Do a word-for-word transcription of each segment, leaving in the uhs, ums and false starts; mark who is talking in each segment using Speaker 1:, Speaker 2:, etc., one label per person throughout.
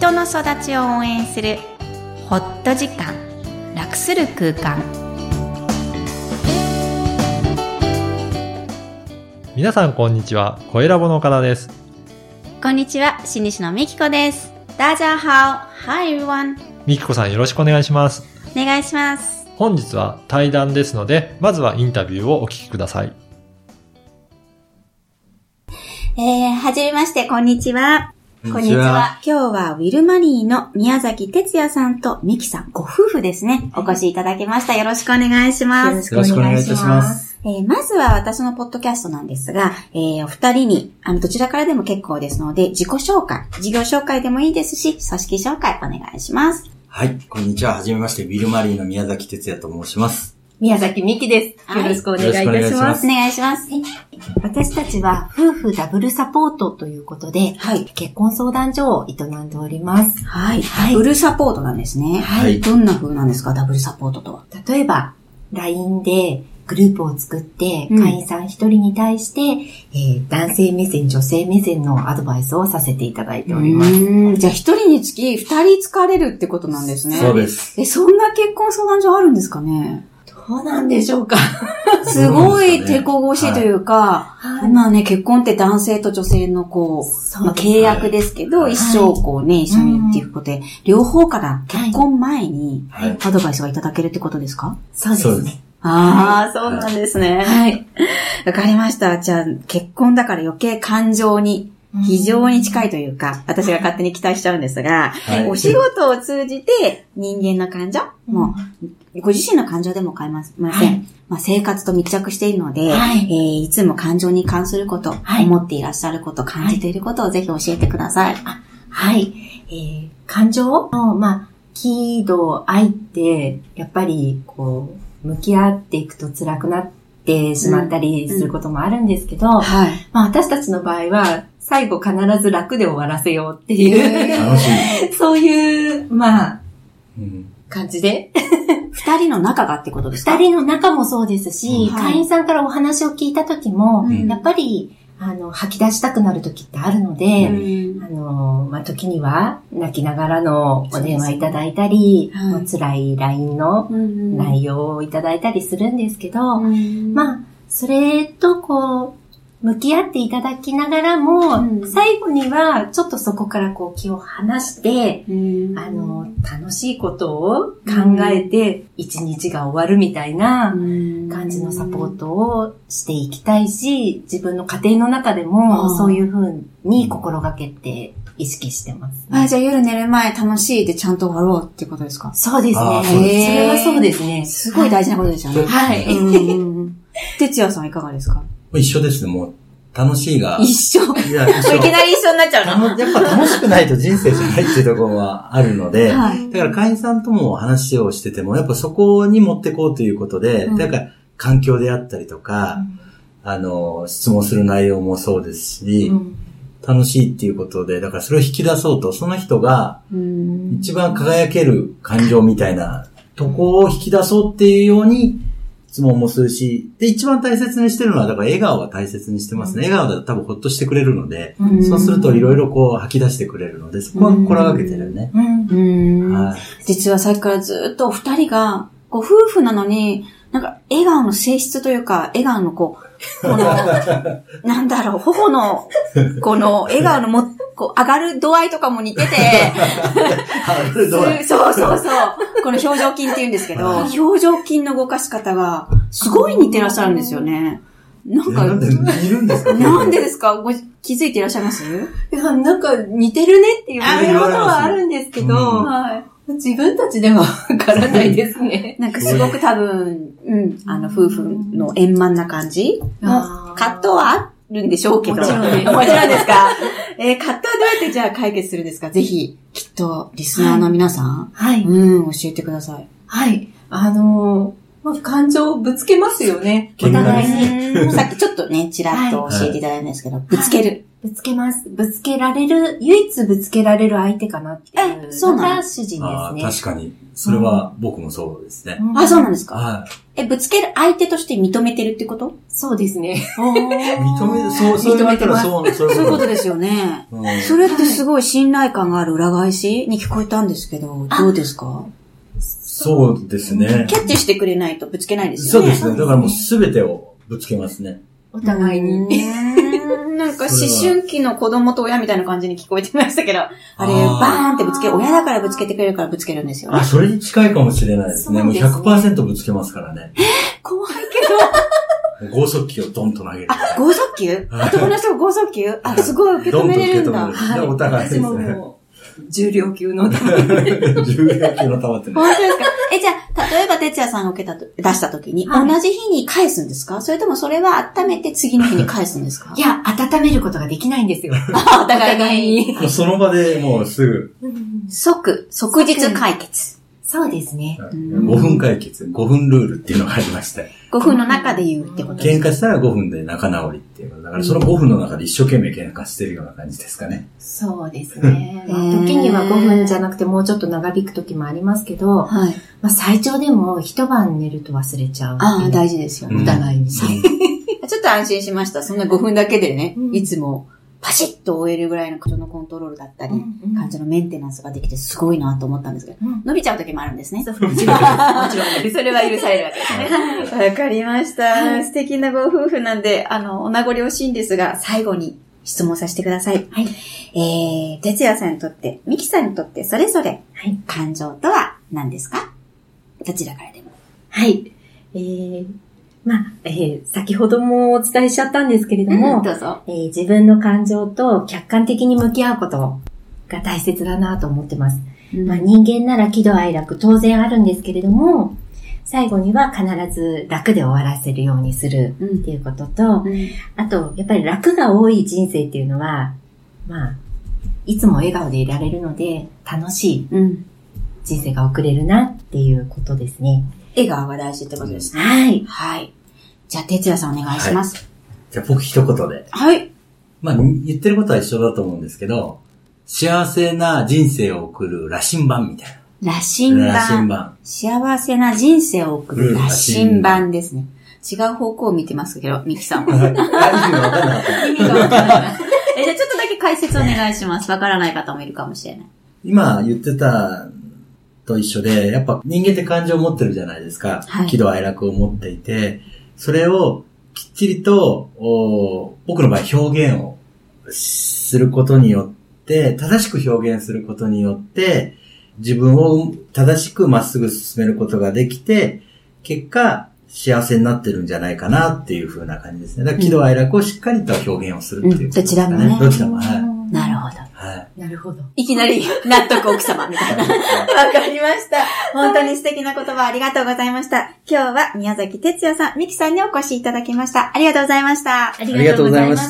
Speaker 1: 人の育ちを応援するホット時間、楽する空間。
Speaker 2: 皆さんこんにちは、声ラボの岡田です。
Speaker 1: こんにちは、新西のみきこです。大家好。Hi everyone。
Speaker 2: みきこさんよろしくお願いします。
Speaker 1: お願いします。
Speaker 2: 本日は対談ですので、まずはインタビューをお聞きください。
Speaker 1: えー、はじめまして、こんにちは。
Speaker 3: こんにちは。
Speaker 1: 今日はウィルマリーの宮崎哲也さんとミキさんご夫婦ですね、お越しいただきました。よろしくお願いします。
Speaker 3: よろしくお願いいたします。
Speaker 1: えー、まずは私のポッドキャストなんですが、えー、お二人にあのどちらからでも結構ですので、自己紹介、事業紹介でもいいですし、組織紹介お願いします。
Speaker 3: はい、こんにちは。はじめまして、ウィルマリーの宮崎哲也と申します。
Speaker 4: 宮崎美希です。よろしくお願いいたします。
Speaker 1: お願いします。
Speaker 4: 私たちは夫婦ダブルサポートということで、はい、結婚相談所を営んでおります。
Speaker 1: はい。ダブルサポートなんですね。はい。どんな風なんですか、ダブルサポートとは。
Speaker 4: 例えば、ライン でグループを作って、会員さん一人に対して、うんえー、男性目線、女性目線のアドバイスをさせていただいております。
Speaker 1: うんじゃあ一人につき二人疲れるってことなんですね。
Speaker 3: そうです。
Speaker 1: え、そんな結婚相談所あるんですかね。
Speaker 4: どうなんでしょうか。
Speaker 1: すごい手こごしいというか、はい、まあね、結婚って男性と女性のこう、まあ、契約ですけど、はい、一生こうね、一緒にっていうことで、両方から結婚前にアドバイスがいただけるってことですか？はい、
Speaker 4: そうですね。
Speaker 1: ああ、そうなんですね。はい。わかりました。じゃあ、結婚だから余計感情に非常に近いというか、私が勝手に期待しちゃうんですが、はい、お仕事を通じて人間の感情、もうご自身の感情でも構いません。はい、まあ、生活と密着しているので、はいえー、いつも感情に関すること、はい、思っていらっしゃること、感じていることをぜひ教えてください。
Speaker 4: あはい、えー。感情の、まあ、喜怒哀って、やっぱりこう向き合っていくと辛くなってしまったりすることもあるんですけど、うんうんはいまあ、私たちの場合は最後必ず楽で終わらせようっていう、えー、楽しいそういう、まあ、うん、感じで。
Speaker 1: 二人の仲がってことですか？
Speaker 4: 二人の仲もそうですし、うん、会員さんからお話を聞いた時も、うん、やっぱり、あの、吐き出したくなる時ってあるので、うん、あの、まあ、時には泣きながらのお電話いただいたり、ねはい、辛い ライン の内容をいただいたりするんですけど、うん、まあ、それとこう、向き合っていただきながらも、うん、最後にはちょっとそこからこう気を離して、うん、あの、楽しいことを考えて一日が終わるみたいな感じのサポートをしていきたいし、自分の家庭の中でもそういう風に心がけて意識してます、
Speaker 1: ね。あ、じゃあ夜寝る前楽しいでちゃんと終わろうっていうことですか？
Speaker 4: そうですね。それはそうですね。
Speaker 1: すごい大事なことですよね。
Speaker 4: はい。
Speaker 1: 哲也さんいかがですか？
Speaker 3: 一緒ですね、もう。楽しいが。
Speaker 1: 一緒。いや、一緒。いきなり一緒になっちゃうの？
Speaker 3: やっぱ楽しくないと人生じゃないっていうところはあるので、はい、だから会員さんとも話をしてても、やっぱそこに持ってこうということで、うん、だから環境であったりとか、うん、あの、質問する内容もそうですし、うん、楽しいっていうことで、だからそれを引き出そうと、その人が一番輝ける感情みたいなとこを引き出そうっていうように、質問もするし、で、一番大切にしてるのは、だから笑顔は大切にしてますね。笑顔だと多分ほっとしてくれるので、うん、そうするといろいろこう吐き出してくれるので、そこは心がけてるよね。うん
Speaker 1: うんはい、実はさっきからずっとお二人が、ご夫婦なのに、なんか笑顔の性質というか、笑顔のこう、この、なんだろう、頬の、この笑顔のも、こう上がる度合いとかも似てて、そうそうそう。この表情筋って言うんですけど、表情筋の動かし方がすごい似てらっしゃるんですよね。なんか、
Speaker 3: なんで似るんですか？
Speaker 1: なんでですか？ご気づいていらっしゃいます？
Speaker 4: いや、なんか似てるねっていうことはあるんですけど、うんはい、自分たちではわからないですね。
Speaker 1: なんかすごく多分、うん、あの夫婦の円満な感じの葛藤はあるんでしょうけど。もちろんです。もちろんですか。えー、葛藤はどうやってじゃあ解決するんですか？ぜひ、きっとリスナーの皆さん、はい、うん、教えてください。
Speaker 4: はい。あのー、感情をぶつけますよね。
Speaker 1: お互いに。さっきちょっとね、ちらっと教えていただいたんですけど、はい、ぶつける、はい。
Speaker 4: ぶつけます。ぶつけられる、唯一ぶつけられる相手かなっていうのが主人ですね。
Speaker 3: あ確かに。それは僕もそうですね。
Speaker 1: うん、あ、そうなんですか、はい、え、ぶつける相手として認めてるってこと？
Speaker 4: そうですね。
Speaker 3: 認め、そう、そう言われたらそう、
Speaker 1: そういうことですよね。うん、それってすごい信頼感がある裏返しに聞こえたんですけど、どうですか？
Speaker 3: そうですね。
Speaker 1: キャッチしてくれないとぶつけないですよね。
Speaker 3: そうですね。だからもうすべてをぶつけますね。
Speaker 4: お互いに。
Speaker 1: なんか思春期の子供と親みたいな感じに聞こえてましたけど、あれ、バーンってぶつけ、親だからぶつけてくれるからぶつけるんですよね。
Speaker 3: あ、それに近いかもしれないですね。もう ひゃくパーセント ぶつけますからね。
Speaker 1: 怖いけど。
Speaker 3: 剛速球をドンと投げる。
Speaker 1: あ、剛速球男の人が剛速球あ、すごい受け止めれるんだ。
Speaker 3: はい。お互いですね。
Speaker 4: 重量級の球。
Speaker 3: 重量級の球ってね。
Speaker 1: 本当ですか？え、じゃあ、例えば、哲也さんが受けたと、出した時に、はい、同じ日に返すんですか？それともそれは温めて次の日に返すんですか？
Speaker 4: いや、温めることができないんですよ。
Speaker 1: お互いに。
Speaker 3: その場でもうすぐ。
Speaker 1: 即、即日解決。
Speaker 4: そうですね。
Speaker 3: ごふん解決、ごふんルールっていうのがありまして。
Speaker 1: ごふんの中で言うってことですか？
Speaker 3: 喧嘩したらごふんで仲直りっていう。だからそのごふんの中で一生懸命喧嘩してるような感じですかね。
Speaker 4: そうですね。時にはごふんじゃなくてもうちょっと長引く時もありますけど、はい、まあ最長でも一晩寝ると忘れちゃう。
Speaker 1: ああ、大事ですよね。
Speaker 4: お互いに。
Speaker 1: ちょっと安心しました。そんなごふんだけでね、うん、いつもパシッと終えるぐらいの感情のコントロールだったり、うんうん、感情のメンテナンスができてすごいなと思ったんですけど、うん、伸びちゃう時もあるんですね。
Speaker 4: そうもちろんです。もちろん
Speaker 1: です。それは許されるわけですね。わかりました、はい。素敵なご夫婦なんで、あの、お名残惜しいんですが、最後に質問させてください。はい。えー、哲也さんにとって、ミキさんにとってそれぞれ、はい、感情とは何ですか？どちらからでも。
Speaker 4: はい。えーまあ、えー、先ほどもお伝えしちゃったんですけれども、
Speaker 1: うん、どうぞ。
Speaker 4: えー、自分の感情と客観的に向き合うことが大切だなと思ってます。うん、まあ、人間なら喜怒哀楽当然あるんですけれども、最後には必ず楽で終わらせるようにするっていうことと、うん、あと、やっぱり楽が多い人生っていうのは、まあ、いつも笑顔でいられるので、楽しい人生が送れるなっていうことですね。
Speaker 1: 笑顔が大事ってことですね。
Speaker 4: はい。
Speaker 1: はい。じゃあ、哲也さんお願いします。はい、
Speaker 3: じゃあ、僕一言で。
Speaker 1: はい。
Speaker 3: まあ、言ってることは一緒だと思うんですけど、幸せな人生を送る羅針盤みたい
Speaker 1: な。羅針盤。羅針盤。幸せな人生を送る羅針盤ですね。違う方向を見てますけど、ミキさんは。意味がわからない。意味がわからない。え、じゃあちょっとだけ解説お願いします。わからない方もいるかもしれない。
Speaker 3: 今言ってたと一緒で、やっぱ人間って感情を持ってるじゃないですか。はい、喜怒哀楽を持っていて、それをきっちりと、僕の場合表現をすることによって、正しく表現することによって、自分を正しくまっすぐ進めることができて、結果、幸せになってるんじゃないかなっていう風な感じですね。だから喜怒哀楽をしっかりと表現をするっていうことですかね。
Speaker 1: うんうん、どちらもね。
Speaker 3: どちらも、はい。
Speaker 1: なるほど。
Speaker 3: はい。
Speaker 4: なるほど。
Speaker 1: いきなり納得奥様みたいな。わかりました。本当に素敵な言葉ありがとうございました。今日は宮崎哲也さん、ミキさんにお越しいただきました。ありがとうございました。
Speaker 3: ありがとうございました。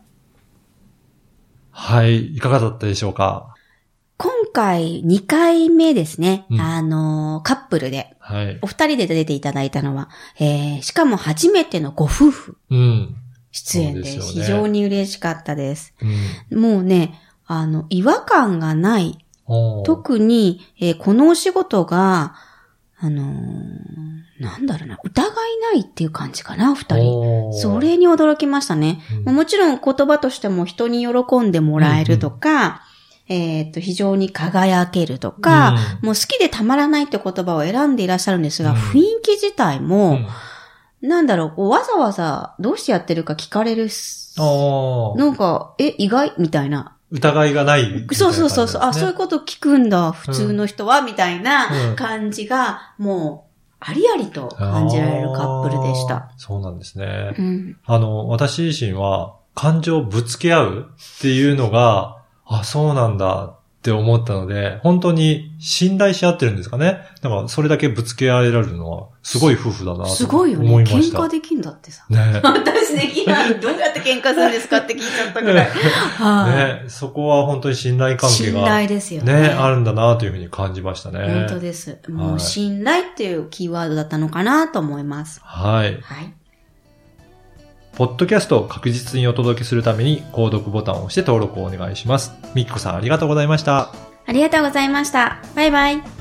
Speaker 2: はい。いかがだったでしょうか？
Speaker 1: 今回にかいめですね。うん、あの、カップルで。はい。お二人で出ていただいたのは、えー、しかも初めてのご夫婦。うん。出演で非常に嬉しかったです。うん、もうね、あの、違和感がない。特に、えー、このお仕事が、あのー、なんだろうな、疑いないっていう感じかな、二人。それに驚きましたね。うん、もちろん言葉としても人に喜んでもらえるとか、うんうん、えっと、非常に輝けるとか、うん、もう好きでたまらないって言葉を選んでいらっしゃるんですが、うん、雰囲気自体も、うん、なんだろう、わざわざどうしてやってるか聞かれる。なんか、え、意外みたいな。
Speaker 2: 疑いがない、ね。
Speaker 1: そうそうそうそう。あ、そういうこと聞くんだ、普通の人は、うん、みたいな感じが、もう、ありありと感じられるカップルでした。
Speaker 2: そうなんですね。うん、あの、私自身は、感情をぶつけ合うっていうのが、あ、そうなんだって思ったので、本当に信頼し合ってるんですかね。だから、それだけぶつけ合えられるのは、すごい夫婦だなと思いました。すごいよね。
Speaker 1: 喧嘩できんだってさ。ね、私できない。どうやって喧嘩するんですかって聞いちゃったぐらい。
Speaker 2: ね、そこは本当に信頼関係が。
Speaker 1: 信頼ですよね。
Speaker 2: ね、あるんだなというふうに感じましたね。
Speaker 1: 本当です。もう信頼っていうキーワードだったのかなと思います。
Speaker 2: はい。はい。ポッドキャストを確実にお届けするために、購読ボタンを押して登録をお願いします。みきこさんありがとうございました。
Speaker 1: ありがとうございました。バイバイ。